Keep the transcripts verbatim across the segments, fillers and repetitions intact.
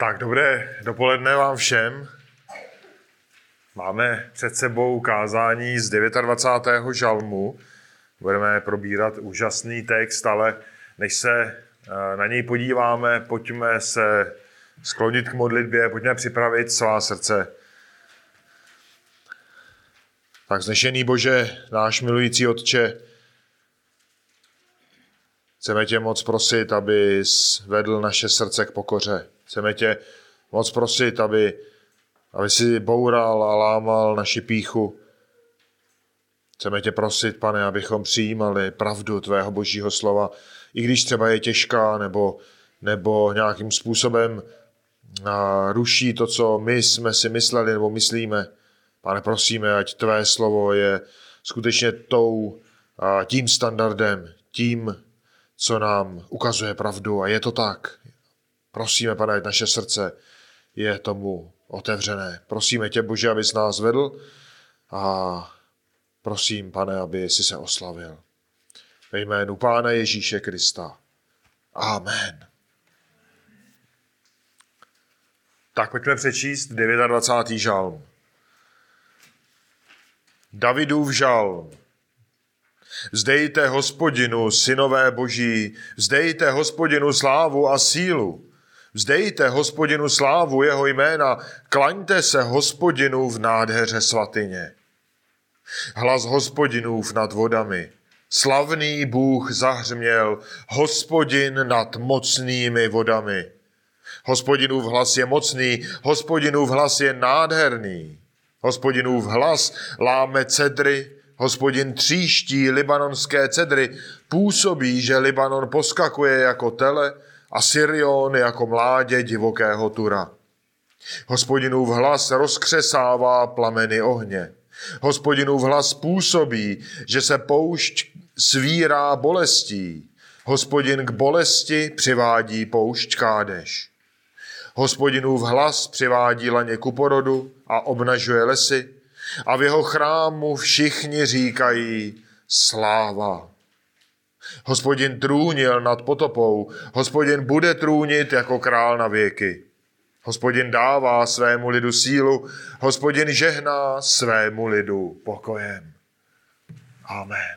Tak dobré dopoledne vám všem. Máme před sebou kázání z dvacátého devátého žalmu. Budeme probírat úžasný text, ale než se na něj podíváme, pojďme se sklonit k modlitbě, pojďme připravit svá srdce. Tak vznešený Bože, náš milující Otče, chceme tě moc prosit, abys vedl naše srdce k pokoře. Chceme tě moc prosit, aby, aby si boural a lámal naši pýchu. Chceme tě prosit, Pane, abychom přijímali pravdu tvého božího slova, i když třeba je těžká nebo, nebo nějakým způsobem a, ruší to, co my jsme si mysleli nebo myslíme. Pane, prosíme, ať tvé slovo je skutečně tou, a, tím standardem, tím, co nám ukazuje pravdu. A je to tak. Prosíme, Pane, ať naše srdce je tomu otevřené. Prosíme tě, Bože, abys nás vedl a prosím, Pane, aby si se oslavil. Ve jménu Pána Ježíše Krista. Amen. Tak pojďme přečíst dvacátý devátý žalm. Davidův žalm. Vzdejte Hospodinu, synové boží, vzdejte Hospodinu slávu a sílu. Vzdejte Hospodinu slávu jeho jména, klaňte se Hospodinu v nádheře svatyně. Hlas Hospodinův nad vodami. Slavný Bůh zahřměl, Hospodin nad mocnými vodami. Hospodinův hlas je mocný, Hospodinův hlas je nádherný. Hospodinův hlas láme cedry, Hospodin tříští libanonské cedry, působí, že Libanon poskakuje jako tele a Sirion jako mládě divokého tura. Hospodinův hlas rozkřesává plameny ohně. Hospodinův hlas působí, že se poušť svírá bolestí. Hospodin k bolesti přivádí poušť Kádež. Hospodinův hlas přivádí laně ku porodu a obnažuje lesy. A v jeho chrámu všichni říkají sláva. Hospodin trůnil nad potopou, Hospodin bude trůnit jako král na věky. Hospodin dává svému lidu sílu, Hospodin žehná svému lidu pokojem. Amen.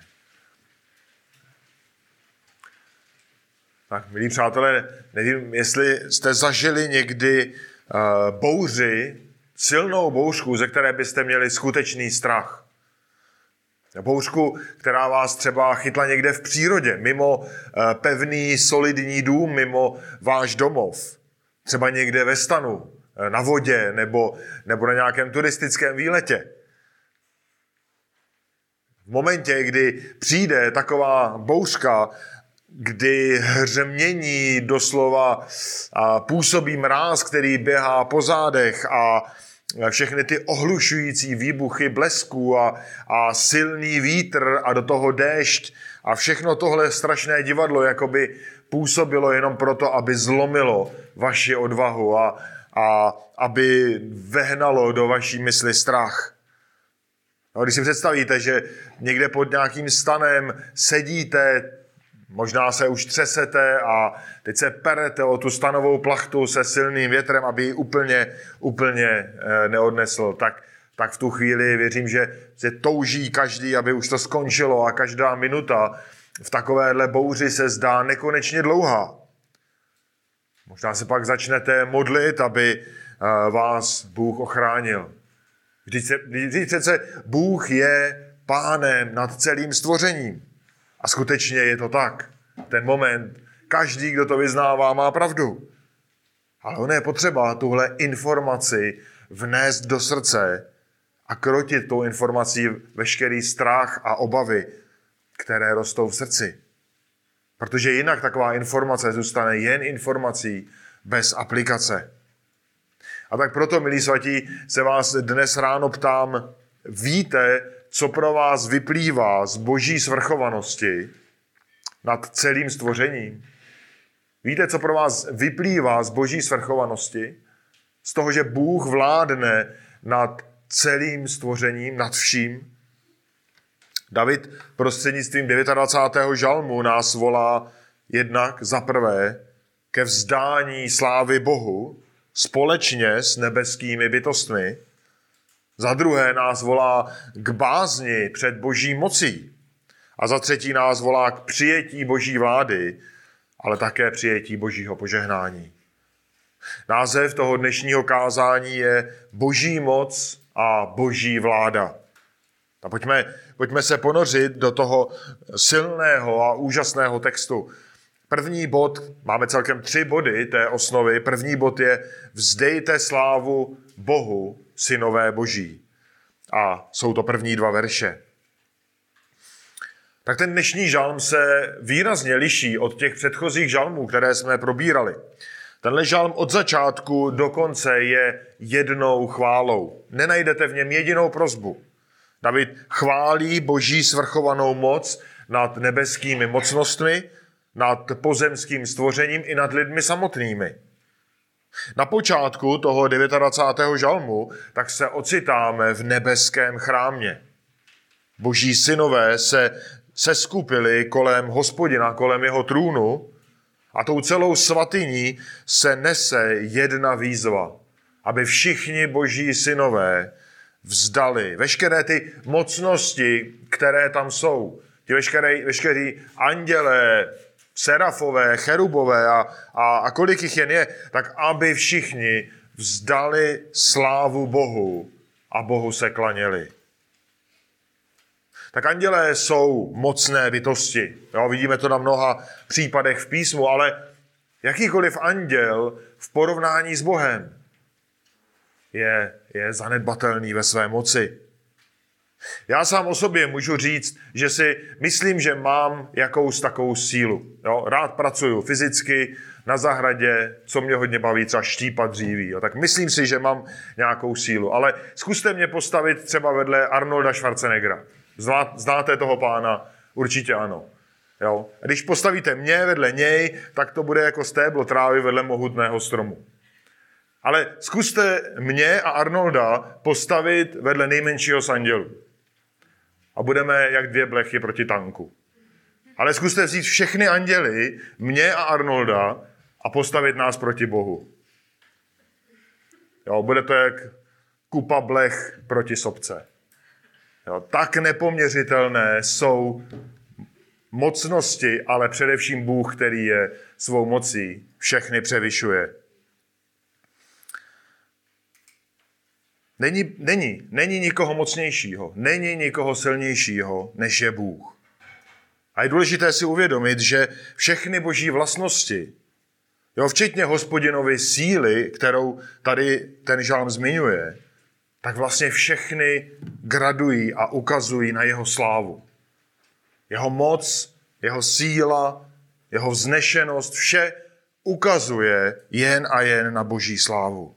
Tak, milí přátelé, nevím, jestli jste zažili někdy uh, bouři, silnou bouřku, ze které byste měli skutečný strach. Bouřku, která vás třeba chytla někde v přírodě, mimo pevný, solidní dům, mimo váš domov. Třeba někde ve stanu, na vodě nebo, nebo na nějakém turistickém výletě. V momentě, kdy přijde taková bouřka, kdy hřmění doslova působí mráz, který běhá po zádech a všechny ty ohlušující výbuchy blesků a, a silný vítr a do toho déšť a všechno tohle strašné divadlo jakoby působilo jenom proto, aby zlomilo vaši odvahu a, a aby vehnalo do vaší mysli strach. No, když si představíte, že někde pod nějakým stanem sedíte, možná se už třesete a teď se perete o tu stanovou plachtu se silným větrem, aby ji úplně, úplně neodnesl. Tak, tak v tu chvíli věřím, že se touží každý, aby už to skončilo a každá minuta v takovéhle bouři se zdá nekonečně dlouhá. Možná se pak začnete modlit, aby vás Bůh ochránil. Vždyť, se, vždyť přece Bůh je pánem nad celým stvořením. A skutečně je to tak. Ten moment, každý, kdo to vyznává, má pravdu. Ale ono je potřeba tuhle informaci vnést do srdce a krotit tou informací veškerý strach a obavy, které rostou v srdci. Protože jinak taková informace zůstane jen informací bez aplikace. A tak proto, milí svatí, se vás dnes ráno ptám, víte, co pro vás vyplývá z boží svrchovanosti nad celým stvořením? Víte, co pro vás vyplývá z boží svrchovanosti? Z toho, že Bůh vládne nad celým stvořením, nad vším? David prostřednictvím dvacátého devátého žalmu nás volá jednak za prvé ke vzdání slávy Bohu společně s nebeskými bytostmi. Za druhé nás volá k bázni před Boží mocí. A za třetí nás volá k přijetí Boží vlády, ale také přijetí Božího požehnání. Název toho dnešního kázání je Boží moc a Boží vláda. A pojďme, pojďme se ponořit do toho silného a úžasného textu. První bod, máme celkem tři body té osnovy. První bod je vzdejte slávu Bohu, synové Boží. A jsou to první dva verše. Tak ten dnešní žalm se výrazně liší od těch předchozích žalmů, které jsme probírali. Tenhle žalm od začátku do konce je jednou chválou. Nenajdete v něm jedinou prosbu. David chválí Boží svrchovanou moc nad nebeskými mocnostmi, nad pozemským stvořením i nad lidmi samotnými. Na počátku toho dvacátého devátého žalmu tak se ocitáme v nebeském chrámě. Boží synové se seskupili kolem Hospodina, kolem jeho trůnu a tou celou svatyní se nese jedna výzva, aby všichni Boží synové vzdali veškeré ty mocnosti, které tam jsou. Ti veškeré, veškerý andělé, serafové, cherubové a, a, a kolik jich jen je, tak aby všichni vzdali slávu Bohu a Bohu se klaněli. Tak andělé jsou mocné bytosti. Jo, vidíme to na mnoha případech v písmu, ale jakýkoliv anděl v porovnání s Bohem je, je zanedbatelný ve své moci. Já sám o sobě můžu říct, že si myslím, že mám jakous takovou sílu. Jo, rád pracuju fyzicky, na zahradě, co mě hodně baví, třeba štípat dříví. Jo, tak myslím si, že mám nějakou sílu. Ale zkuste mě postavit třeba vedle Arnolda Schwarzeneggera. Znáte toho pána? Určitě ano. Jo? Když postavíte mě vedle něj, tak to bude jako stéblo trávy vedle mohutného stromu. Ale zkuste mě a Arnolda postavit vedle nejmenšího z andělů. A budeme jak dvě blechy proti tanku. Ale zkuste vzít všechny anděly, mě a Arnolda, a postavit nás proti Bohu. Jo, bude to jak kupa blech proti sobce. Jo, tak nepoměřitelné jsou mocnosti, ale především Bůh, který je svou mocí všechny převyšuje. Není, není, není nikoho mocnějšího, není nikoho silnějšího, než je Bůh. A je důležité si uvědomit, že všechny Boží vlastnosti, jo, včetně Hospodinovy síly, kterou tady ten žalm zmiňuje, tak vlastně všechny gradují a ukazují na jeho slávu. Jeho moc, jeho síla, jeho vznešenost, vše ukazuje jen a jen na Boží slávu.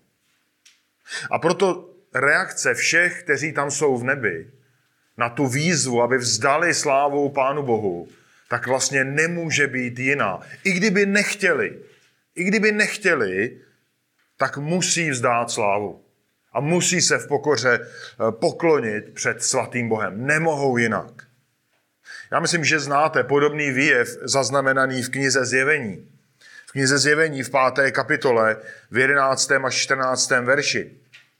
A proto reakce všech, kteří tam jsou v nebi, na tu výzvu, aby vzdali slávu Pánu Bohu, tak vlastně nemůže být jiná. I kdyby nechtěli, i kdyby nechtěli, tak musí vzdát slávu. A musí se v pokoře poklonit před svatým Bohem. Nemohou jinak. Já myslím, že znáte podobný výjev zaznamenaný v knize Zjevení. V knize Zjevení v páté kapitole v jedenáctém až čtrnáctém verši.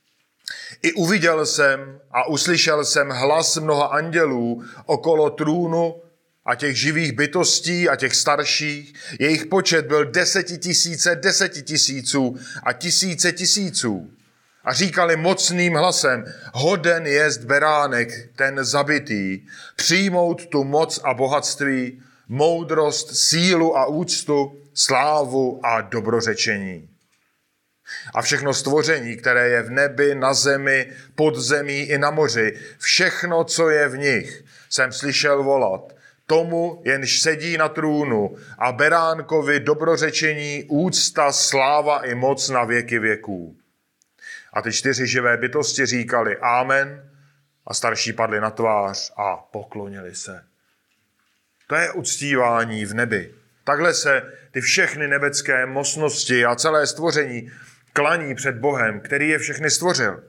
I uviděl jsem a uslyšel jsem hlas mnoha andělů okolo trůnu a těch živých bytostí a těch starších. Jejich počet byl desetitisíce desetitisíců a tisíce tisíců. A říkali mocným hlasem, hoden jest beránek, ten zabitý, přijmout tu moc a bohatství, moudrost, sílu a úctu, slávu a dobrořečení. A všechno stvoření, které je v nebi, na zemi, pod zemí i na moři, všechno, co je v nich, jsem slyšel volat, tomu, jenž sedí na trůnu a beránkovi dobrořečení, úcta, sláva i moc na věky věků. A ty čtyři živé bytosti říkali amen a starší padli na tvář a poklonili se. To je uctívání v nebi. Takhle se ty všechny nebeské mocnosti a celé stvoření klaní před Bohem, který je všechny stvořil.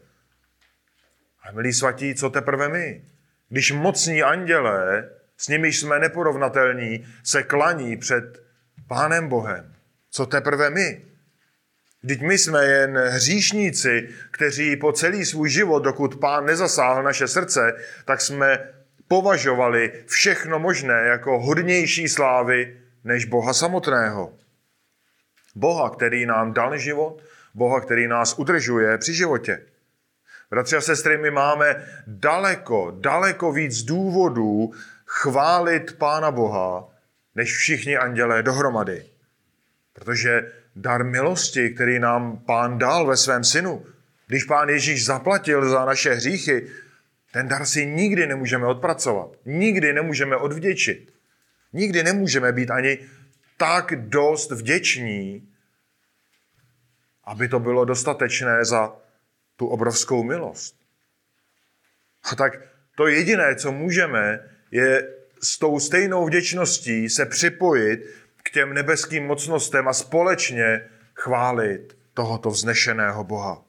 A milí svatí, co teprve my? Když mocní andělé, s nimiž jsme neporovnatelní, se klaní před Pánem Bohem. Co teprve my? Vždyť my jsme jen hříšníci, kteří po celý svůj život, dokud Pán nezasáhl naše srdce, tak jsme považovali všechno možné jako hodnější slávy než Boha samotného. Boha, který nám dal život, Boha, který nás udržuje při životě. Bratři a sestry, my máme daleko, daleko víc důvodů chválit Pána Boha, než všichni andělé dohromady. Protože dar milosti, který nám Pán dal ve svém synu, když Pán Ježíš zaplatil za naše hříchy, ten dar si nikdy nemůžeme odpracovat. Nikdy nemůžeme odvděčit. Nikdy nemůžeme být ani tak dost vděční, aby to bylo dostatečné za tu obrovskou milost. A tak to jediné, co můžeme, je s tou stejnou vděčností se připojit k těm nebeským mocnostem a společně chválit tohoto vznešeného Boha.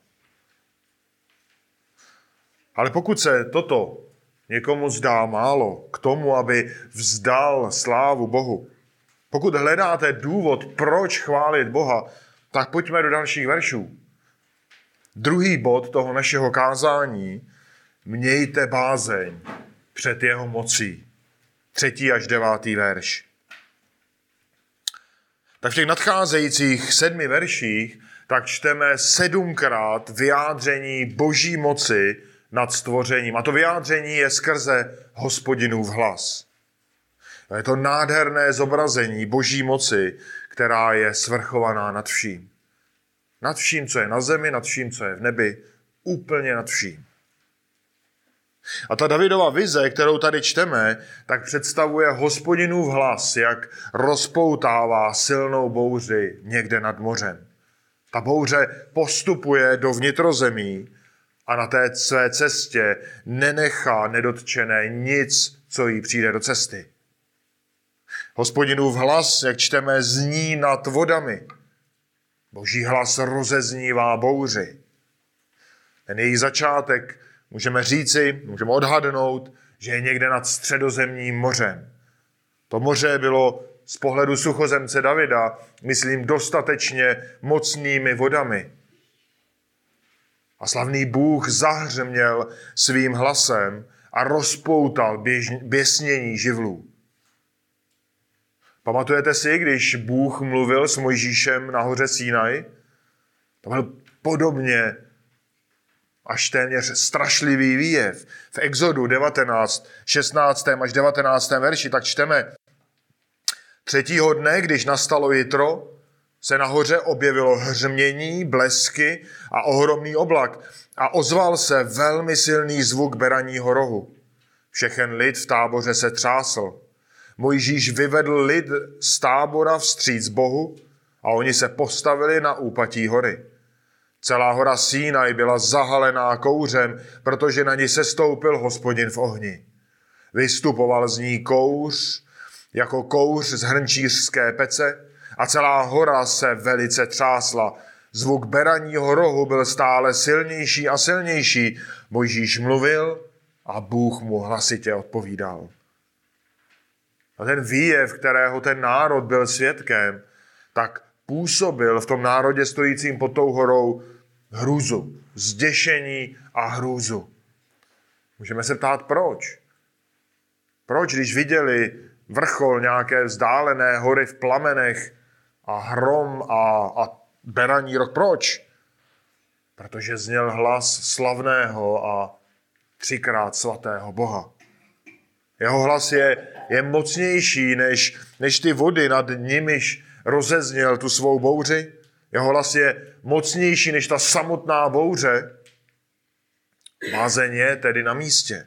Ale pokud se toto někomu zdá málo k tomu, aby vzdal slávu Bohu, pokud hledáte důvod, proč chválit Boha, tak pojďme do dalších veršů. Druhý bod toho našeho kázání: mějte bázeň před jeho mocí. Třetí až devátý verš. Tak v těch nadcházejících sedmi verších tak čteme sedmkrát vyjádření Boží moci nad stvořením. A to vyjádření je skrze Hospodinův hlas. Je to nádherné zobrazení Boží moci, která je svrchovaná nad vším. Nad vším, co je na zemi, nad vším, co je v nebi, úplně nad vším. A ta Davidova vize, kterou tady čteme, tak představuje Hospodinův hlas, jak rozpoutává silnou bouři někde nad mořem. Ta bouře postupuje do vnitrozemí a na té své cestě nenechá nedotčené nic, co jí přijde do cesty. Hospodinův hlas, jak čteme, zní nad vodami. Boží hlas rozeznívá bouři. Ten její začátek můžeme říci, můžeme odhadnout, že je někde nad Středozemním mořem. To moře bylo z pohledu suchozemce Davida, myslím, dostatečně mocnými vodami. A slavný Bůh zahřměl svým hlasem a rozpoutal běž, běsnění živlů. Pamatujete si, když Bůh mluvil s Mojžíšem na hoře Sinaj? To byl podobně až téměř strašlivý výjev. V Exodu devatenáct, šestnáctém až devatenáctém verši tak čteme: třetího dne, když nastalo jitro, se nahoře objevilo hřmění, blesky a ohromný oblak a ozval se velmi silný zvuk beraního rohu. Všechen lid v táboře se třásl. Mojžíš vyvedl lid z tábora vstříc Bohu a oni se postavili na úpatí hory. Celá hora Sinaj byla zahalená kouřem, protože na ní sestoupil Hospodin v ohni. Vystupoval z ní kouř jako kouř z hrnčířské pece a celá hora se velice třásla. Zvuk beraního rohu byl stále silnější a silnější. Mojžíš mluvil a Bůh mu hlasitě odpovídal. A ten výjev, kterého ten národ byl svědkem, tak působil v tom národě stojícím pod tou horou hrůzu, zděšení a hrůzu. Můžeme se ptát, proč? Proč, když viděli vrchol nějaké vzdálené hory v plamenech a hrom a, a beraní roh, proč? Protože zněl hlas slavného a třikrát svatého Boha. Jeho hlas je, je mocnější než, než ty vody, nad nimiž rozezněl tu svou bouři. Jeho hlas je mocnější než ta samotná bouře. Bázeň je tedy na místě.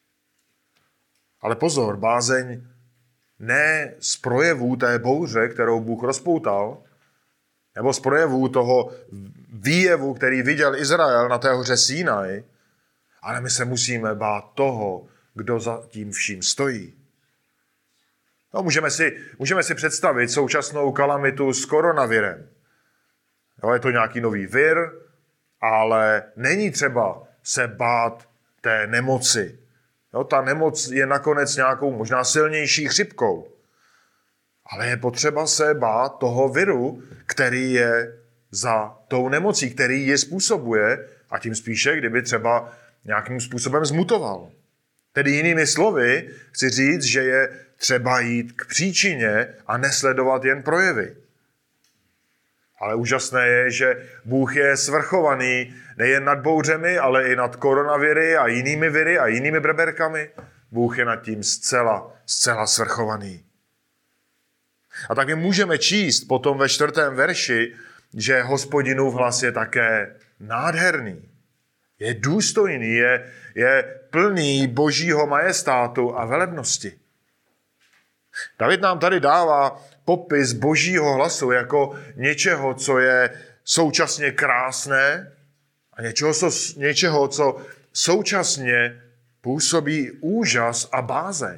Ale pozor, bázeň ne z projevů té bouře, kterou Bůh rozpoutal, nebo z projevů toho výjevu, který viděl Izrael na té hoře Sinaj, ale my se musíme bát toho, kdo za tím vším stojí. No, můžeme, si, můžeme si představit současnou kalamitu s koronavirem. Jo, je to nějaký nový vir, ale není třeba se bát té nemoci. Jo, ta nemoc je nakonec nějakou možná silnější chřipkou. Ale je potřeba se bát toho viru, který je za tou nemocí, který ji způsobuje, a tím spíše, kdyby třeba nějakým způsobem zmutoval. Tedy jinými slovy, chci říct, že je třeba jít k příčině a nesledovat jen projevy. Ale úžasné je, že Bůh je svrchovaný nejen nad bouřemi, ale i nad koronaviry a jinými viry a jinými breberkami. Bůh je nad tím zcela, zcela svrchovaný. A tak my můžeme číst potom ve čtvrtém verši, že Hospodinův hlas je také nádherný. Je důstojný, je, je plný božího majestátu a velebnosti. David nám tady dává popis božího hlasu jako něčeho, co je současně krásné a něčeho, co, něčeho, co současně působí úžas a bázeň.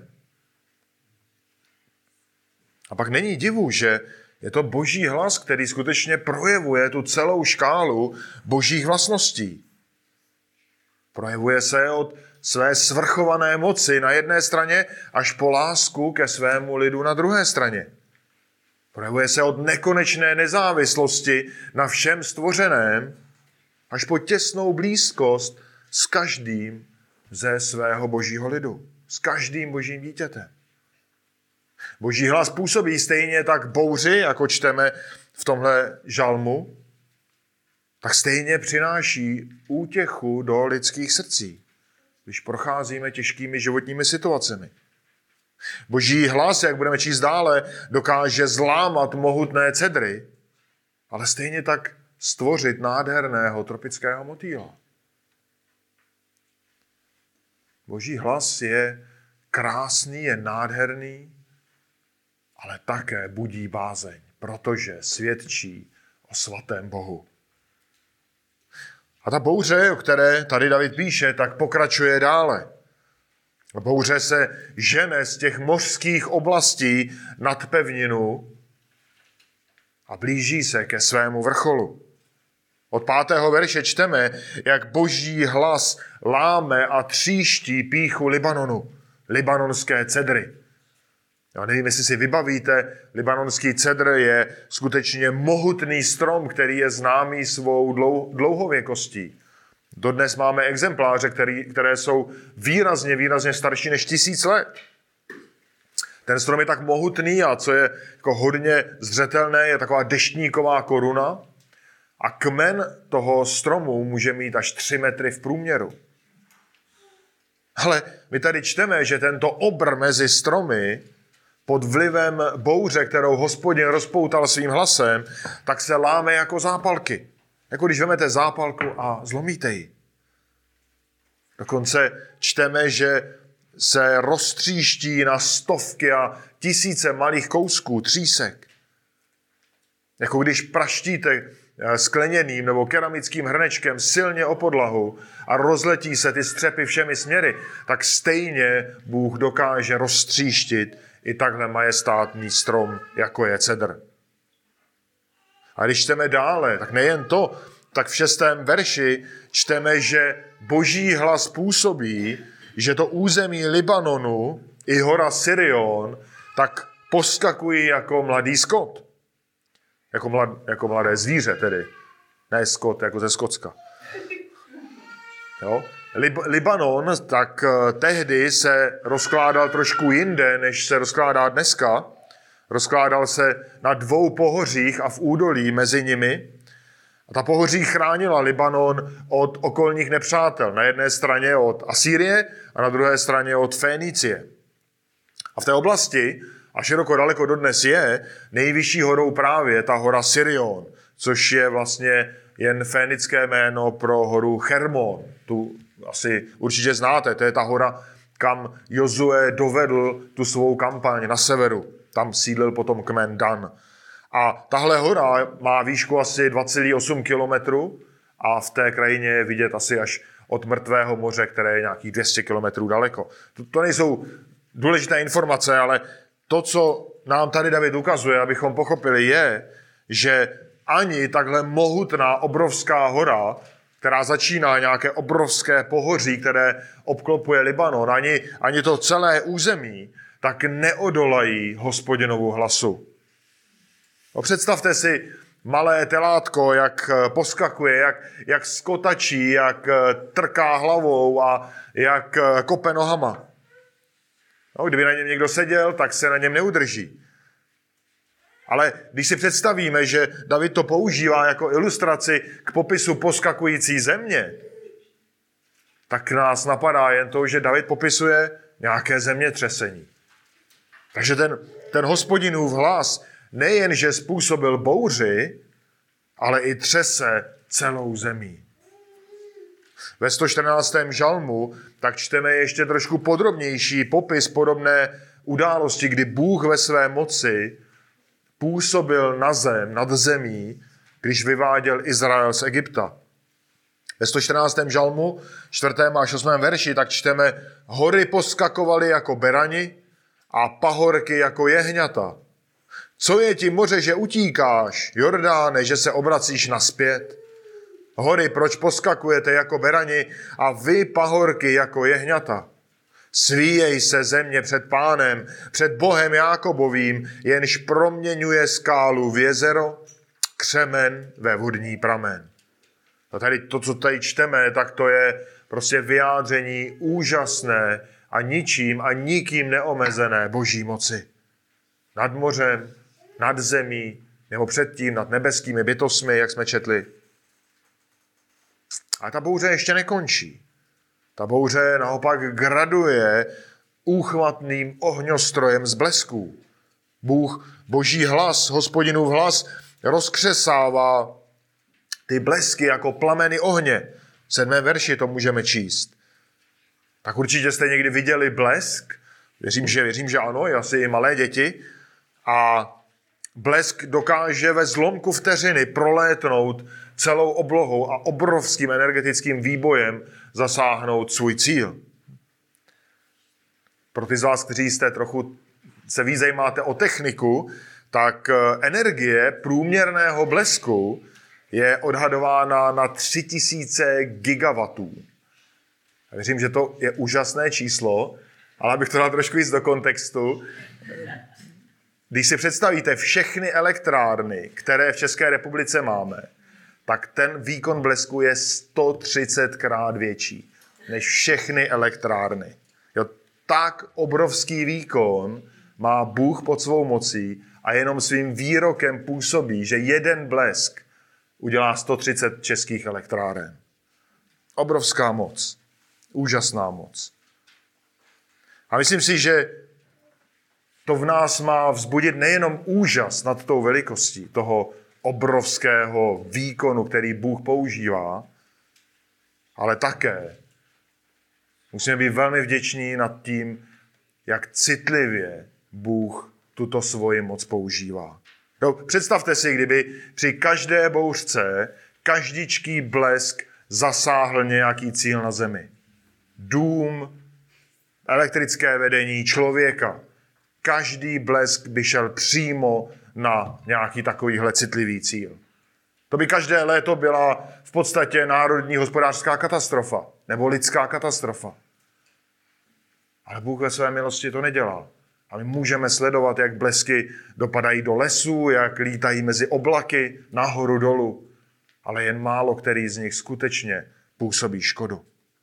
A pak není divu, že je to boží hlas, který skutečně projevuje tu celou škálu božích vlastností. Projevuje se od své svrchované moci na jedné straně až po lásku ke svému lidu na druhé straně. Projevuje se od nekonečné nezávislosti na všem stvořeném až po těsnou blízkost s každým ze svého božího lidu. S každým božím dítětem. Boží hlas působí stejně tak bouři, jako čteme v tomhle žalmu, tak stejně přináší útěchu do lidských srdcí, když procházíme těžkými životními situacemi. Boží hlas, jak budeme číst dále, dokáže zlámat mohutné cedry, ale stejně tak stvořit nádherného tropického motýla. Boží hlas je krásný, je nádherný, ale také budí bázeň, protože svědčí o svatém Bohu. A ta bouře, o které tady David píše, tak pokračuje dále. Bouře se žene z těch mořských oblastí nad pevninu a blíží se ke svému vrcholu. Od pátého verše čteme, jak boží hlas láme a tříští pýchu Libanonu, libanonské cedry. Já nevím, jestli si vybavíte, libanonský cedr je skutečně mohutný strom, který je známý svou dlouhověkostí. Dodnes máme exempláře, který, které jsou výrazně, výrazně starší než tisíc let. Ten strom je tak mohutný a co je jako hodně zřetelné, je taková deštníková koruna a kmen toho stromu může mít až tři metry v průměru. Ale my tady čteme, že tento obr mezi stromy pod vlivem bouře, kterou Hospodin rozpoutal svým hlasem, tak se láme jako zápalky. Jako když vezmete zápalku a zlomíte ji. Dokonce čteme, že se roztříští na stovky a tisíce malých kousků, třísek. Jako když praštíte skleněným nebo keramickým hrnečkem silně o podlahu a rozletí se ty střepy všemi směry, tak stejně Bůh dokáže roztříštit i takhle majestátný strom, jako je cedr. A když čteme dále, tak nejen to, tak v šestém verši čteme, že boží hlas působí, že to území Libanonu i hora Sirion tak poskakují jako mladý skot. Jako, mlad, jako mladé zvíře tedy. Ne skot, jako ze Skotska. Jo? Lib, Libanon tak tehdy se rozkládal trošku jinde, než se rozkládá dneska. Rozkládal se na dvou pohořích a v údolí mezi nimi. A ta pohoří chránila Libanon od okolních nepřátel. Na jedné straně od Asýrie a na druhé straně od Fénicie. A v té oblasti, a široko daleko dodnes je, nejvyšší horou právě ta hora Sirion, což je vlastně jen fénické jméno pro horu Hermon. Tu asi určitě znáte, to je ta hora, kam Jozue dovedl tu svou kampaň na severu. Tam sídlil potom kmen Dan. A tahle hora má výšku asi dva celá osm kilometrů a v té krajině je vidět asi až od Mrtvého moře, které je nějakých dvě stě kilometrů daleko. To, to nejsou důležité informace, ale to, co nám tady David ukazuje, abychom pochopili, je, že ani takhle mohutná obrovská hora, která začíná nějaké obrovské pohoří, které obklopuje Libanon, ani, ani to celé území, tak neodolají Hospodinovu hlasu. No, představte si malé telátko, jak poskakuje, jak, jak skotačí, jak trká hlavou a jak kope nohama. No, kdyby na něm někdo seděl, tak se na něm neudrží. Ale když si představíme, že David to používá jako ilustraci k popisu poskakující země, tak nás napadá jen to, že David popisuje nějaké zemětřesení. Takže ten, ten Hospodinův hlas nejen, že způsobil bouři, ale i třese celou zemí. Ve sto čtrnáctém žalmu tak čteme ještě trošku podrobnější popis podobné události, kdy Bůh ve své moci působil na zem, nad zemí, když vyváděl Izrael z Egypta. Ve sto čtrnáctém žalmu, čtvrtém až osmém verši, tak čteme: hory poskakovaly jako berani a pahorky jako jehňata. Co je ti, moře, že utíkáš, Jordáne, že se obracíš nazpět? Hory, proč poskakujete jako berani a vy, pahorky, jako jehňata? Svíjej se země před Pánem, před Bohem Jákobovým, jenž proměňuje skálu v jezero, křemen ve vodní pramen. A tady to, co tady čteme, tak to je prostě vyjádření úžasné a ničím a nikým neomezené boží moci. Nad mořem, nad zemí, nebo předtím nad nebeskými bytostmi, jak jsme četli. A ta bouře ještě nekončí. Ta bouře naopak graduje úchvatným ohňostrojem z blesků. Bůh, boží hlas, Hospodinův hlas, rozkřesává ty blesky jako plameny ohně. V sedmém verši to můžeme číst. Tak určitě jste někdy viděli blesk. Věřím, že, věřím, že ano, asi i malé děti. A blesk dokáže ve zlomku vteřiny prolétnout celou oblohou a obrovským energetickým výbojem zasáhnout svůj cíl. Pro ty z vás, kteří jste trochu se víc zajímáte o techniku, tak energie průměrného blesku je odhadována na tři tisíce gigawattů. Věřím, že to je úžasné číslo, ale abych to dal trošku víc do kontextu. Když si představíte všechny elektrárny, které v České republice máme, tak ten výkon blesku je sto třicet krát větší než všechny elektrárny. Jo, tak obrovský výkon má Bůh pod svou mocí a jenom svým výrokem působí, že jeden blesk udělá sto třicet českých elektráren. Obrovská moc. Úžasná moc. A myslím si, že to v nás má vzbudit nejenom úžas nad tou velikostí toho obrovského výkonu, který Bůh používá, ale také musíme být velmi vděční nad tím, jak citlivě Bůh tuto svoji moc používá. Jo, představte si, kdyby při každé bouřce každičký blesk zasáhl nějaký cíl na zemi. Dům, elektrické vedení, člověka. Každý blesk by šel přímo na nějaký takovýhle citlivý cíl. To by každé léto byla v podstatě národní hospodářská katastrofa nebo lidská katastrofa. Ale Bůh ve své milosti to nedělá. A my můžeme sledovat, jak blesky dopadají do lesů, jak lítají mezi oblaky, nahoru dolů. Ale jen málo který z nich skutečně působí škodu.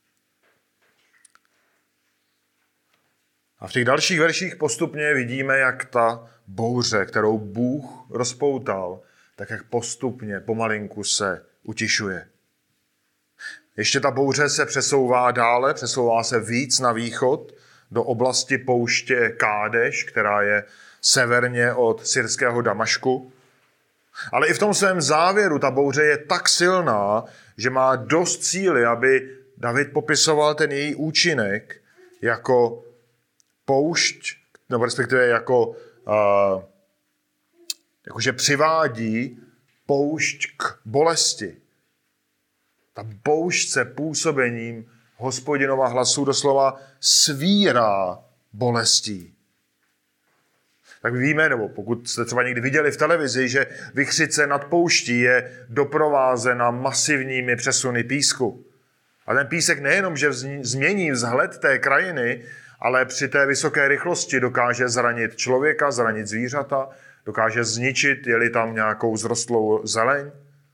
A v těch dalších verších postupně vidíme, jak ta bouře, kterou Bůh rozpoutal, tak jak postupně, pomalinku se utišuje. Ještě ta bouře se přesouvá dále, přesouvá se víc na východ, do oblasti pouště Kádeš, která je severně od syrského Damašku. Ale i v tom svém závěru ta bouře je tak silná, že má dost síly, aby David popisoval ten její účinek jako poušť, nebo respektive jako, uh, jakože přivádí poušť k bolesti. Ta poušť se působením Hospodinova hlasu doslova svírá bolestí. Tak víme, nebo pokud jste třeba někdy viděli v televizi, že vichřice nad pouští je doprovázena masivními přesuny písku. A ten písek nejenom, že změní vzhled té krajiny, ale při té vysoké rychlosti dokáže zranit člověka, zranit zvířata, Dokáže zničit, je-li tam nějakou zrostlou zeleň.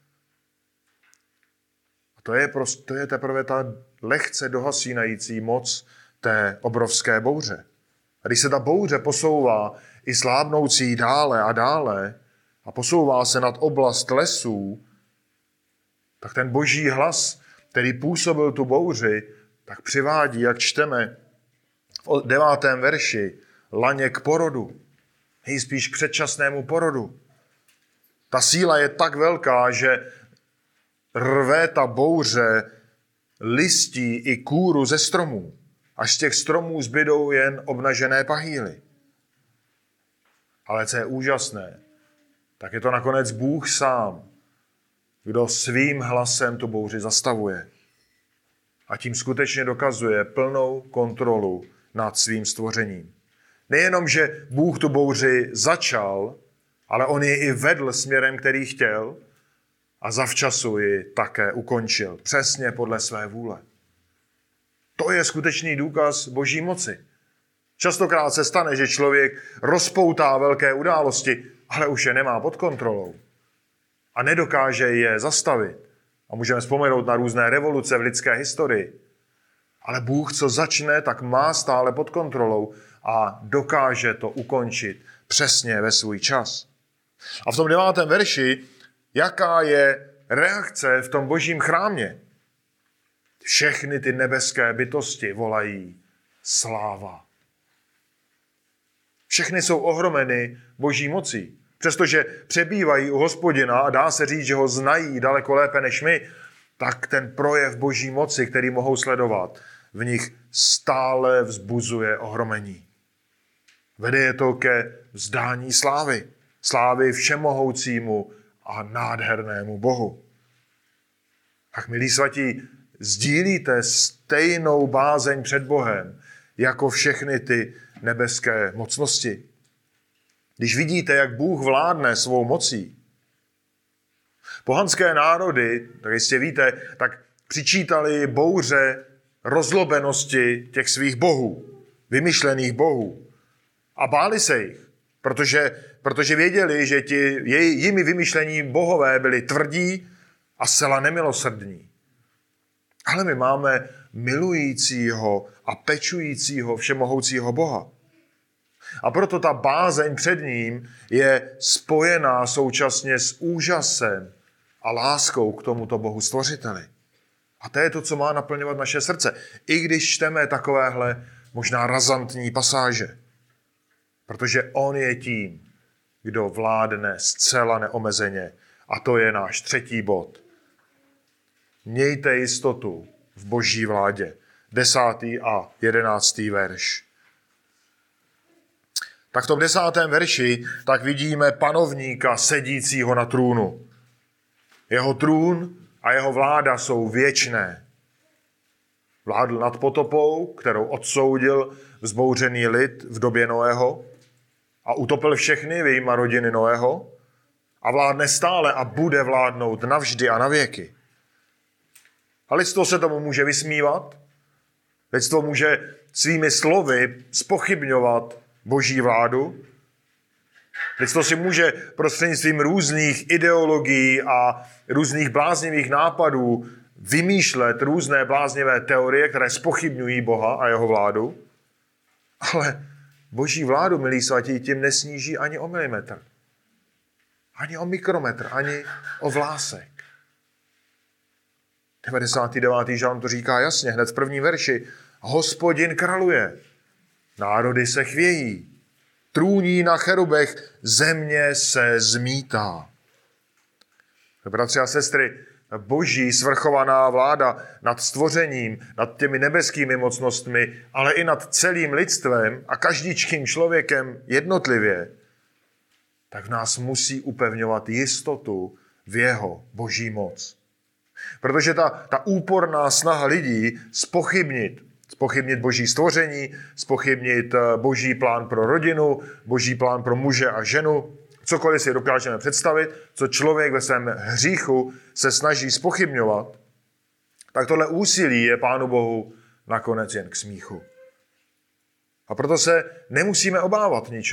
A to je, prostě, to je teprve ta lehce dohasínající moc té obrovské bouře. A když se ta bouře posouvá i slábnoucí dále a dále a posouvá se nad oblast lesů, tak ten boží hlas, který působil tu bouři, tak přivádí, jak čteme v devátém verši, laně k porodu. Nejspíš k předčasnému porodu. Ta síla je tak velká, že rve ta bouře listí i kůru ze stromů. Až z těch stromů zbydou jen obnažené pahýly. Ale co je úžasné, tak je to nakonec Bůh sám, kdo svým hlasem tu bouři zastavuje. A tím skutečně dokazuje plnou kontrolu nad svým stvořením. Nejenom, že Bůh tu bouři začal, ale on ji i vedl směrem, který chtěl a zavčasu ji také ukončil. Přesně podle své vůle. To je skutečný důkaz boží moci. Častokrát se stane, že člověk rozpoutá velké události, ale už je nemá pod kontrolou. A nedokáže je zastavit. A můžeme vzpomenout na různé revoluce v lidské historii. Ale Bůh, co začne, tak má stále pod kontrolou a dokáže to ukončit přesně ve svůj čas. A v tom devátém verši, jaká je reakce v tom božím chrámě? Všechny ty nebeské bytosti volají sláva. Všechny jsou ohromeny boží mocí. Přestože přebývají u Hospodina a dá se říct, že ho znají daleko lépe než my, tak ten projev boží moci, který mohou sledovat, v nich stále vzbuzuje ohromení. Vede je to ke vzdání slávy. Slávy všemohoucímu a nádhernému Bohu. Tak, milí svatí, sdílíte stejnou bázeň před Bohem, jako všechny ty nebeské mocnosti. Když vidíte, jak Bůh vládne svou mocí, pohanské národy, tak jistě víte, tak přičítali bouře rozlobenosti těch svých bohů, vymyšlených bohů. A báli se jich, protože, protože věděli, že ti jej, jimi vymyšlení bohové byli tvrdí a zcela nemilosrdní. Ale my máme milujícího a pečujícího všemohoucího Boha. A proto ta bázeň před ním je spojená současně s úžasem a láskou k tomuto Bohu stvořiteli. A to je to, co má naplňovat naše srdce. I když čteme takovéhle možná razantní pasáže. Protože on je tím, kdo vládne zcela neomezeně. A to je náš třetí bod. Mějte jistotu v boží vládě. Desátý a jedenáctý verš. Tak v tom desátém verši tak vidíme panovníka sedícího na trůnu. Jeho trůn a jeho vláda jsou věčné. Vládl nad potopou, kterou odsoudil vzbouřený lid v době Noého a utopil všechny vyjma rodiny Noého a vládne stále a bude vládnout navždy a na věky. A lidstvo se tomu může vysmívat, lidstvo může svými slovy zpochybňovat boží vládu. Lidstvo si může prostřednictvím různých ideologií a různých bláznivých nápadů vymýšlet různé bláznivé teorie, které zpochybňují Boha a jeho vládu. Ale boží vládu, milí svatí, tím nesníží ani o milimetr. Ani o mikrometr, ani o vlásek. devadesátý devátý žalm to říká jasně, hned v prvním verši. Hospodin kraluje, národy se chvějí, trůní na cherubech, země se zmítá. Bratři a sestry, boží svrchovaná vláda nad stvořením, nad těmi nebeskými mocnostmi, ale i nad celým lidstvem a každýčkým člověkem jednotlivě, tak v nás musí upevňovat jistotu v jeho boží moc. Protože ta, ta úporná snaha lidí zpochybnit, zpochybnit boží stvoření, zpochybnit boží plán pro rodinu, boží plán pro muže a ženu, cokoliv si dokážeme představit, co člověk ve svém hříchu se snaží zpochybňovat, tak tohle úsilí je Pánu Bohu nakonec jen k smíchu. A proto se nemusíme obávat ničeho.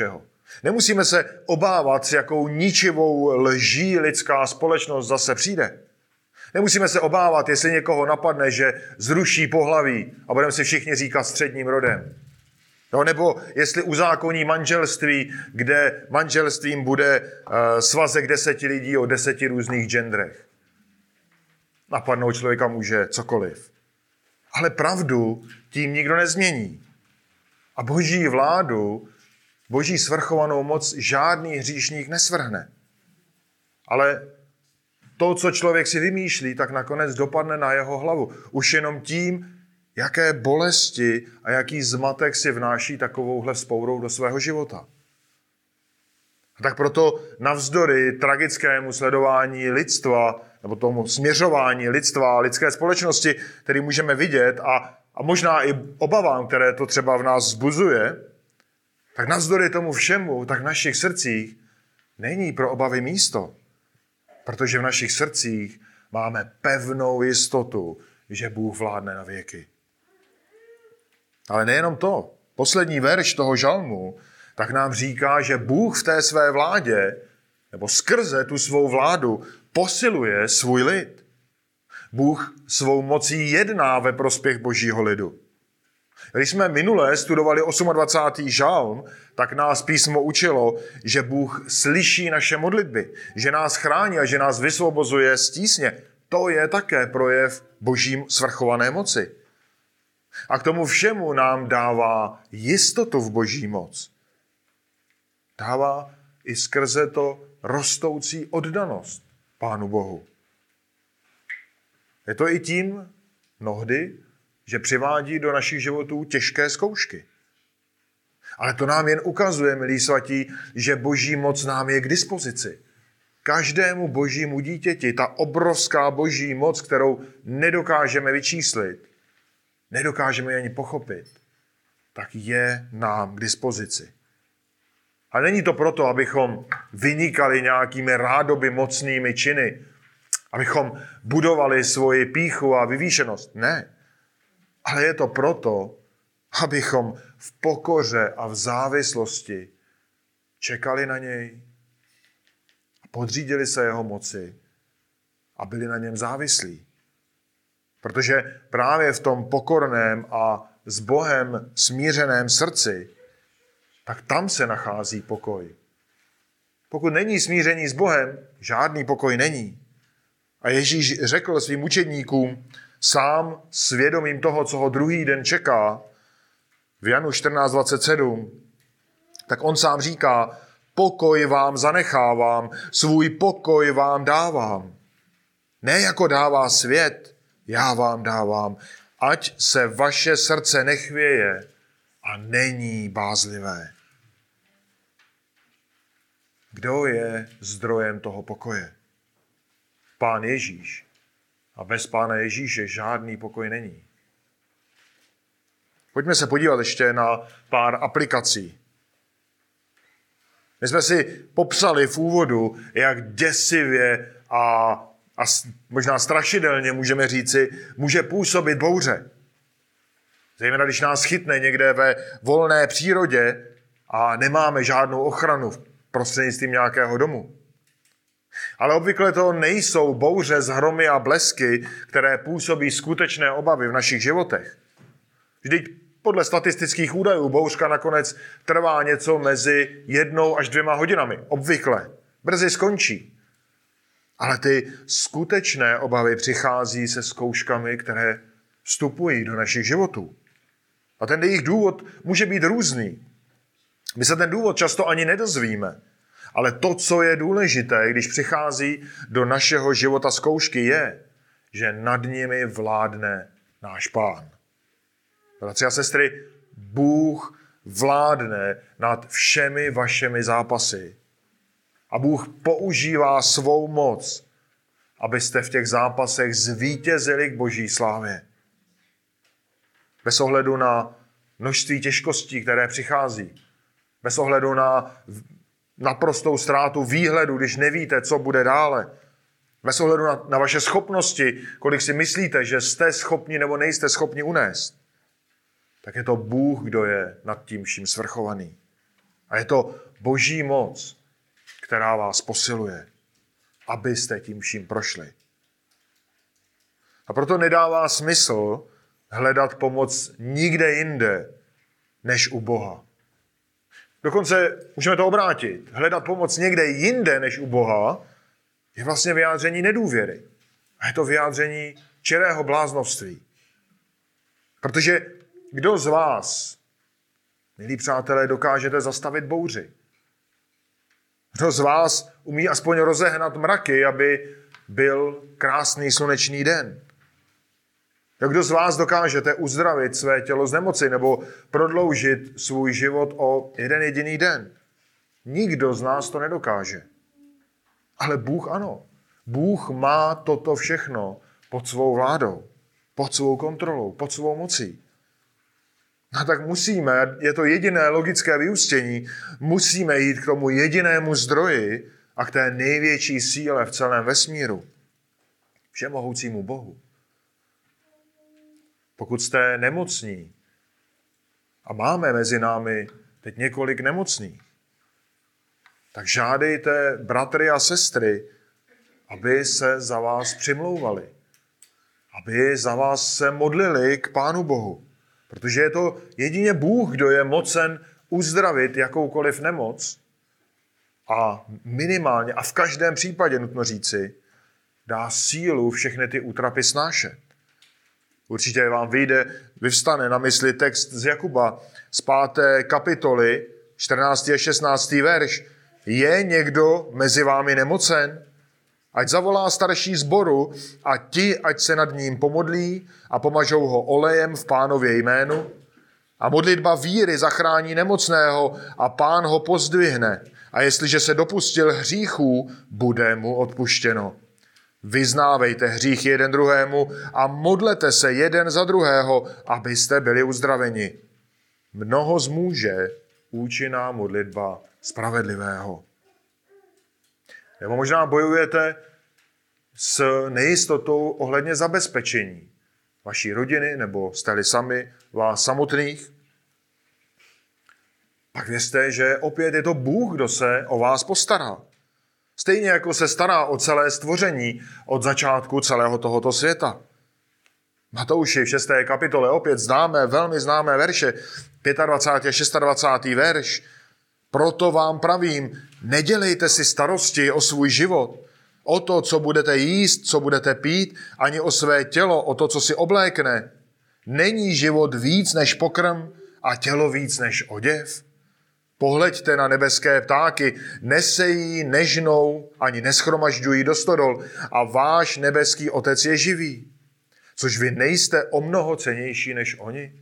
Nemusíme se obávat, s jakou ničivou lží lidská společnost zase přijde. Nemusíme se obávat, jestli někoho napadne, že zruší pohlaví a budeme si všichni říkat středním rodem. No, nebo jestli uzákoní manželství, kde manželstvím bude uh, svazek deseti lidí o deseti různých genderech. Napadnout člověka může cokoliv. Ale pravdu tím nikdo nezmění. A boží vládu, boží svrchovanou moc žádný hříšník nesvrhne. Ale to, co člověk si vymýšlí, tak nakonec dopadne na jeho hlavu. Už jenom tím, jaké bolesti a jaký zmatek si vnáší takovouhle vzpourou do svého života. A tak proto navzdory tragickému sledování lidstva, nebo tomu směřování lidstva a lidské společnosti, který můžeme vidět, a, a možná i obavám, které to třeba v nás vzbuzuje, tak navzdory tomu všemu, tak v našich srdcích není pro obavy místo. Protože v našich srdcích máme pevnou jistotu, že Bůh vládne na věky. Ale nejenom to. Poslední verš toho žalmu tak nám říká, že Bůh v té své vládě, nebo skrze tu svou vládu, posiluje svůj lid. Bůh svou mocí jedná ve prospěch božího lidu. Když jsme minule studovali dvacátý osmý žalm, tak nás písmo učilo, že Bůh slyší naše modlitby, že nás chrání a že nás vysvobozuje z tísně. To je také projev boží svrchované moci. A k tomu všemu nám dává jistotu v boží moc. Dává i skrze to rostoucí oddanost Pánu Bohu. Je to i tím mnohdy, že přivádí do našich životů těžké zkoušky. Ale to nám jen ukazuje, milí svatí, že boží moc nám je k dispozici. Každému božímu dítěti ta obrovská boží moc, kterou nedokážeme vyčíslit, nedokážeme ani pochopit, tak je nám k dispozici. A není to proto, abychom vynikali nějakými rádoby mocnými činy, abychom budovali svoji pýchu a vyvýšenost. Ne. Ale je to proto, abychom v pokoře a v závislosti čekali na něj a podřídili se jeho moci a byli na něm závislí. Protože právě v tom pokorném a s Bohem smířeném srdci, tak tam se nachází pokoj. Pokud není smíření s Bohem, žádný pokoj není. A Ježíš řekl svým učedníkům, sám svědomím toho, co ho druhý den čeká, v Janu čtrnáct dvacet sedm, tak on sám říká, pokoj vám zanechávám, svůj pokoj vám dávám. Ne jako dává svět, já vám dávám, ať se vaše srdce nechvěje a není bázlivé. Kdo je zdrojem toho pokoje? Pán Ježíš. A bez Pána Ježíše žádný pokoj není. Pojďme se podívat ještě na pár aplikací. My jsme si popsali v úvodu, jak děsivě a, a možná strašidelně, můžeme říci, může působit bouře. Zejména když nás chytne někde ve volné přírodě a nemáme žádnou ochranu prostřednictvím nějakého domu. Ale obvykle to nejsou bouře z hromy a blesky, které působí skutečné obavy v našich životech. Vždyť podle statistických údajů bouřka nakonec trvá něco mezi jednou až dvěma hodinami. Obvykle. Brzy skončí. Ale ty skutečné obavy přichází se zkouškami, které vstupují do našich životů. A ten jejich důvod může být různý. My se ten důvod často ani nedozvíme. Ale to, co je důležité, když přichází do našeho života zkoušky, je, že nad nimi vládne náš Pán. Bratři a sestry, Bůh vládne nad všemi vašimi zápasy. A Bůh používá svou moc, abyste v těch zápasech zvítězili k boží slávě. Bez ohledu na množství těžkostí, které přichází. Bez ohledu na naprostou ztrátu výhledu, když nevíte, co bude dále. Bez ohledu na, na vaše schopnosti, kolik si myslíte, že jste schopni nebo nejste schopni unést. Tak je to Bůh, kdo je nad tím vším svrchovaný. A je to boží moc, která vás posiluje, abyste tím vším prošli. A proto nedává smysl hledat pomoc nikde jinde, než u Boha. Dokonce můžeme to obrátit. Hledat pomoc někde jinde, než u Boha, je vlastně vyjádření nedůvěry. A je to vyjádření čirého bláznovství. Protože kdo z vás, milí přátelé, dokážete zastavit bouři? Kdo z vás umí aspoň rozehnat mraky, aby byl krásný slunečný den? Kdo z vás dokážete uzdravit své tělo z nemoci nebo prodloužit svůj život o jeden jediný den? Nikdo z nás to nedokáže. Ale Bůh ano. Bůh má toto všechno pod svou vládou, pod svou kontrolou, pod svou mocí. No tak musíme, je to jediné logické vyústění, musíme jít k tomu jedinému zdroji a k té největší síle v celém vesmíru. Všemohoucímu Bohu. Pokud jste nemocní, a máme mezi námi teď několik nemocných, tak žádejte bratry a sestry, aby se za vás přimlouvali. Aby za vás se modlili k Pánu Bohu. Protože je to jedině Bůh, kdo je mocen uzdravit jakoukoliv nemoc a minimálně a v každém případě, nutno říci, dá sílu všechny ty útrapy snášet. Určitě vám vyjde, vyvstane na mysli text z Jakuba z páté kapitoly, čtrnáctý a šestnáctý verš. Je někdo mezi vámi nemocen? Ať zavolá starší sboru a ti, ať se nad ním pomodlí a pomažou ho olejem v Pánově jménu. A modlitba víry zachrání nemocného a Pán ho pozdvihne. A jestliže se dopustil hříchů, bude mu odpuštěno. Vyznávejte hřích jeden druhému a modlete se jeden za druhého, abyste byli uzdraveni. Mnoho zmůže účinná modlitba spravedlivého. Nebo možná bojujete s nejistotou ohledně zabezpečení vaší rodiny, nebo jste-li sami vás samotných. Pak vězte, že opět je to Bůh, kdo se o vás postará. Stejně jako se stará o celé stvoření od začátku celého tohoto světa. Matouši v šesté kapitole opět známé, velmi známé verše, dvacátý pátý a dvacátý šestý verš. Proto vám pravím, nedělejte si starosti o svůj život, o to, co budete jíst, co budete pít, ani o své tělo, o to, co si oblékne. Není život víc než pokrm a tělo víc než oděv? Pohleďte na nebeské ptáky, nesejí, nežnou, ani neschromažďují do stodol a váš nebeský Otec je živý. Což vy nejste o mnoho cennější než oni?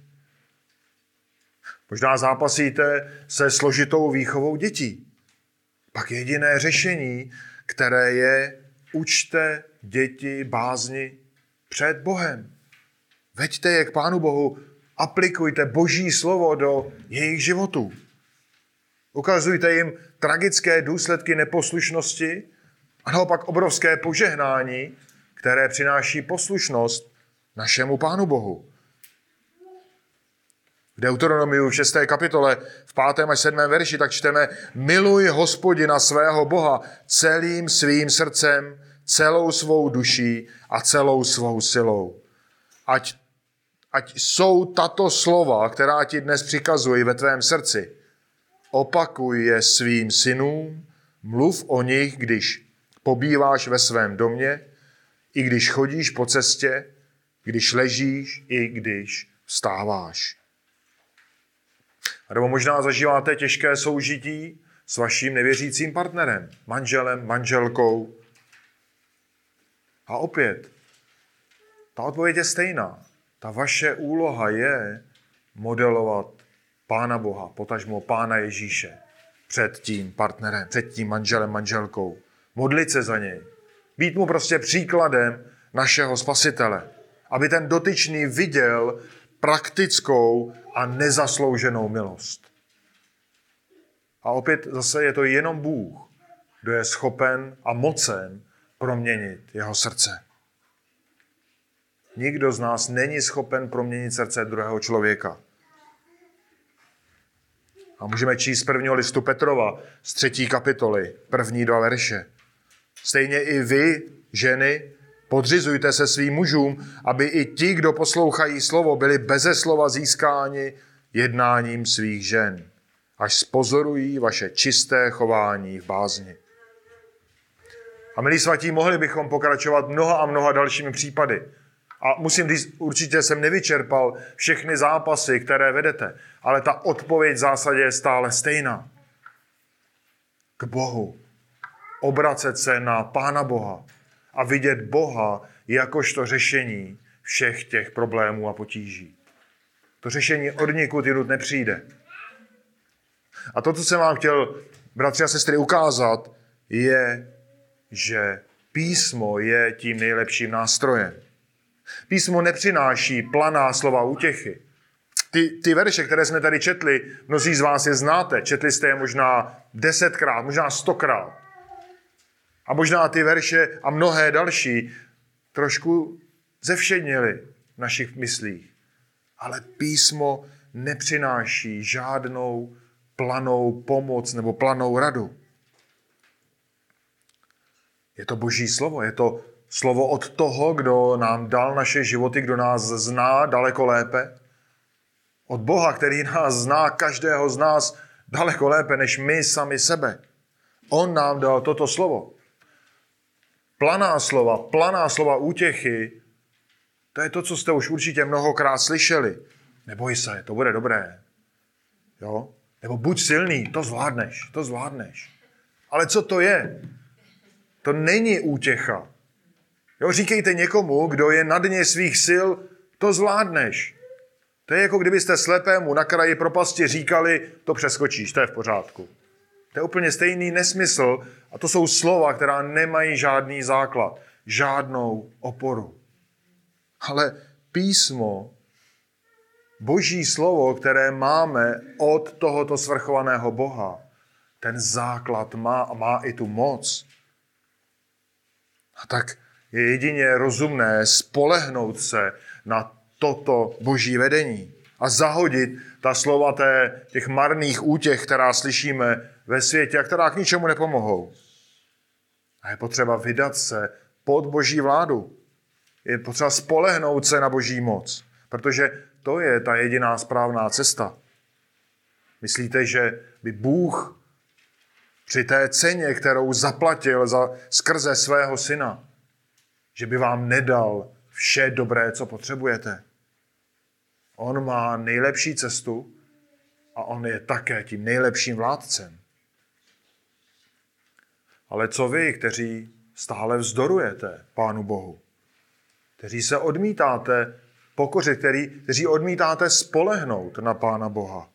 Možná zápasíte se složitou výchovou dětí. Pak jediné řešení, které je, učte děti bázni před Bohem. Veďte je k Pánu Bohu, aplikujte Boží slovo do jejich životů. Ukazujte jim tragické důsledky neposlušnosti a naopak obrovské požehnání, které přináší poslušnost našemu Pánu Bohu. V Deuteronomiu v šesté kapitole v pátém až sedmém verši tak čteme: Miluj Hospodina svého Boha celým svým srdcem, celou svou duší a celou svou silou. Ať, ať jsou tato slova, která ti dnes přikazují ve tvém srdci. Opakuj je svým synům, mluv o nich, když pobýváš ve svém domě, i když chodíš po cestě, když ležíš, i když vstáváš. A nebo možná zažíváte těžké soužití s vaším nevěřícím partnerem, manželem, manželkou. A opět, ta odpověď je stejná. Ta vaše úloha je modelovat Pána Boha, potažmo Pána Ježíše před tím partnerem, před tím manželem, manželkou. Modlit se za něj. Být mu prostě příkladem našeho Spasitele. Aby ten dotyčný viděl praktickou a nezaslouženou milost. A opět zase je to jenom Bůh, kdo je schopen a mocen proměnit jeho srdce. Nikdo z nás není schopen proměnit srdce druhého člověka. A můžeme číst z prvního listu Petrova z třetí kapitoly, první dva verše. Stejně i vy, ženy, podřizujte se svým mužům, aby i ti, kdo poslouchají slovo, byli beze slova získáni jednáním svých žen, až spozorují vaše čisté chování v bázni. A milí svatí, mohli bychom pokračovat mnoha a mnoha dalšími případy. A musím říct, určitě jsem nevyčerpal všechny zápasy, které vedete, ale ta odpověď v zásadě je stále stejná. K Bohu. Obracet se na Pána Boha a vidět Boha jakožto řešení všech těch problémů a potíží. To řešení od nikud jinut nepřijde. A to, co jsem vám chtěl, bratři a sestry, ukázat, je, že písmo je tím nejlepším nástrojem. Písmo nepřináší planá slova útěchy. Ty, ty verše, které jsme tady četli, mnozí z vás je znáte. Četli jste je možná desetkrát, možná stokrát. A možná ty verše a mnohé další trošku zevšednily v našich myslích. Ale písmo nepřináší žádnou planou pomoc nebo planou radu. Je to Boží slovo, je to slovo od toho, kdo nám dal naše životy, kdo nás zná daleko lépe. Od Boha, který nás zná, každého z nás daleko lépe, než my sami sebe. On nám dal toto slovo. Planá slova, planá slova útěchy, to je to, co jste už určitě mnohokrát slyšeli. Neboj se, to bude dobré. Jo? Nebo buď silný, to zvládneš, to zvládneš. Ale co to je? To není útěcha. Jo, říkejte někomu, kdo je na dně svých sil, to zvládneš. To je jako kdybyste slepému na kraji propasti říkali, to přeskočíš, to je v pořádku. To je úplně stejný nesmysl a to jsou slova, která nemají žádný základ, žádnou oporu. Ale písmo, Boží slovo, které máme od tohoto svrchovaného Boha, ten základ má a má i tu moc. A tak je jedině rozumné spolehnout se na toto Boží vedení a zahodit ta slova té, těch marných útěch, která slyšíme ve světě a která k ničemu nepomohou. A je potřeba vydat se pod Boží vládu. Je potřeba spolehnout se na Boží moc, protože to je ta jediná správná cesta. Myslíte, že by Bůh při té ceně, kterou zaplatil za, skrze svého syna, že by vám nedal vše dobré, co potřebujete? On má nejlepší cestu a on je také tím nejlepším vládcem. Ale co vy, kteří stále vzdorujete Pánu Bohu? Kteří se odmítáte pokořit, který, kteří odmítáte spolehnout na Pána Boha?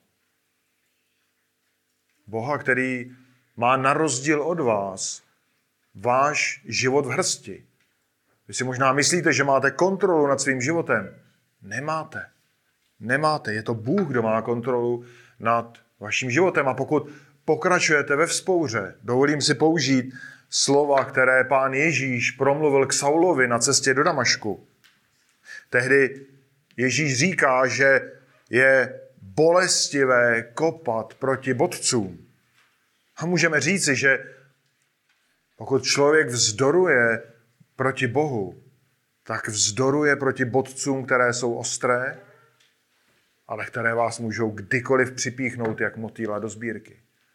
Boha, který má na rozdíl od vás váš život v hrsti. Vy si možná myslíte, že máte kontrolu nad svým životem. Nemáte. Nemáte. Je to Bůh, kdo má kontrolu nad vaším životem. A pokud pokračujete ve vzpouře, dovolím si použít slova, které pán Ježíš promluvil k Saulovi na cestě do Damašku. Tehdy Ježíš říká, že je bolestivé kopat proti bodcům. A můžeme říci, že pokud člověk vzdoruje proti Bohu, tak vzdoruje proti bodcům, které jsou ostré, ale které vás můžou kdykoliv připíchnout jak motýla do sbírky.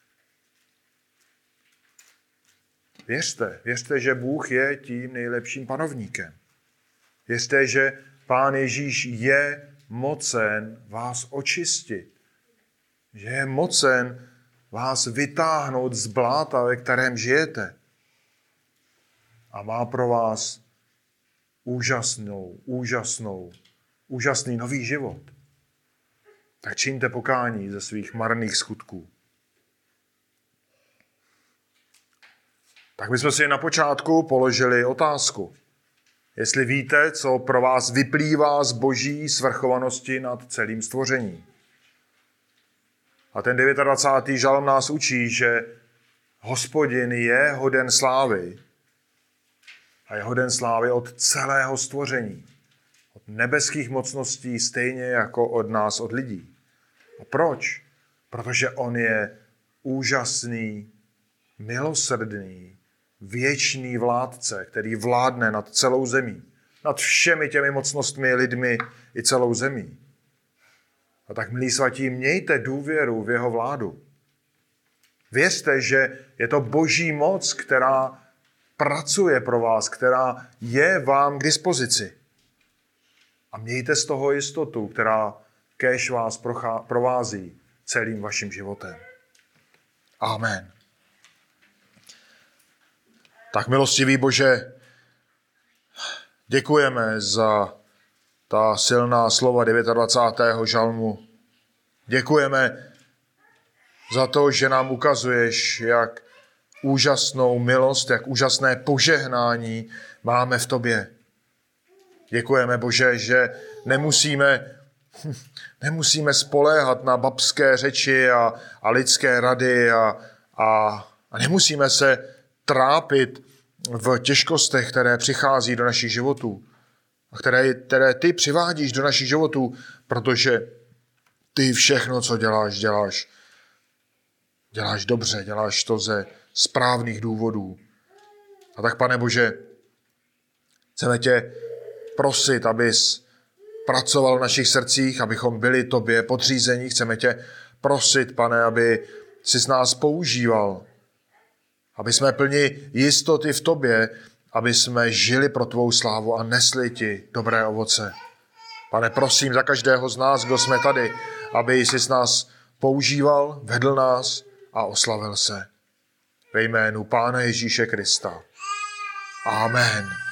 Věřte, věřte, že Bůh je tím nejlepším panovníkem. Věřte, že Pán Ježíš je mocen vás očistit. Že je mocen vás vytáhnout z bláta, ve kterém žijete. A má pro vás úžasnou, úžasnou, úžasný nový život. Tak čiňte pokání ze svých marných skutků. Tak bychom si na počátku položili otázku. Jestli víte, co pro vás vyplývá z Boží svrchovanosti nad celým stvořením. A ten dvacátý devátý žalm nás učí, že Hospodin je hoden slávy a je hoden slávy od celého stvoření. Od nebeských mocností stejně jako od nás, od lidí. A proč? protože on je úžasný, milosrdný, věčný vládce, který vládne nad celou zemí, nad všemi těmi mocnostmi, lidmi i celou zemí. A tak, milí svatí, mějte důvěru v jeho vládu. Věřte, že je to boží moc, která pracuje pro vás, která je vám k dispozici. A mějte z toho jistotu, která kéž vás provází celým vaším životem. Amen. Tak, milostivý Bože, děkujeme za ta silná slova dvacátého devátého žalmu. Děkujeme za to, že nám ukazuješ, jak úžasnou milost, jak úžasné požehnání máme v tobě. Děkujeme, Bože, že nemusíme, nemusíme spoléhat na babské řeči a, a lidské rady a, a, a nemusíme se trápit v těžkostech, které přichází do našich životů a které, které ty přivádíš do našich životů, protože ty všechno, co děláš, děláš. Děláš dobře, děláš to ze správných důvodů. A tak, Pane Bože, chceme tě prosit, abys pracoval v našich srdcích, abychom byli tobě podřízení. Chceme tě prosit, Pane, aby jsi nás používal, aby jsme plni jistoty v tobě, aby jsme žili pro tvou slávu a nesli ti dobré ovoce. Pane, prosím za každého z nás, kdo jsme tady, aby jsi nás používal, vedl nás a oslavil se. Ve jménu Pána Ježíše Krista. Amen.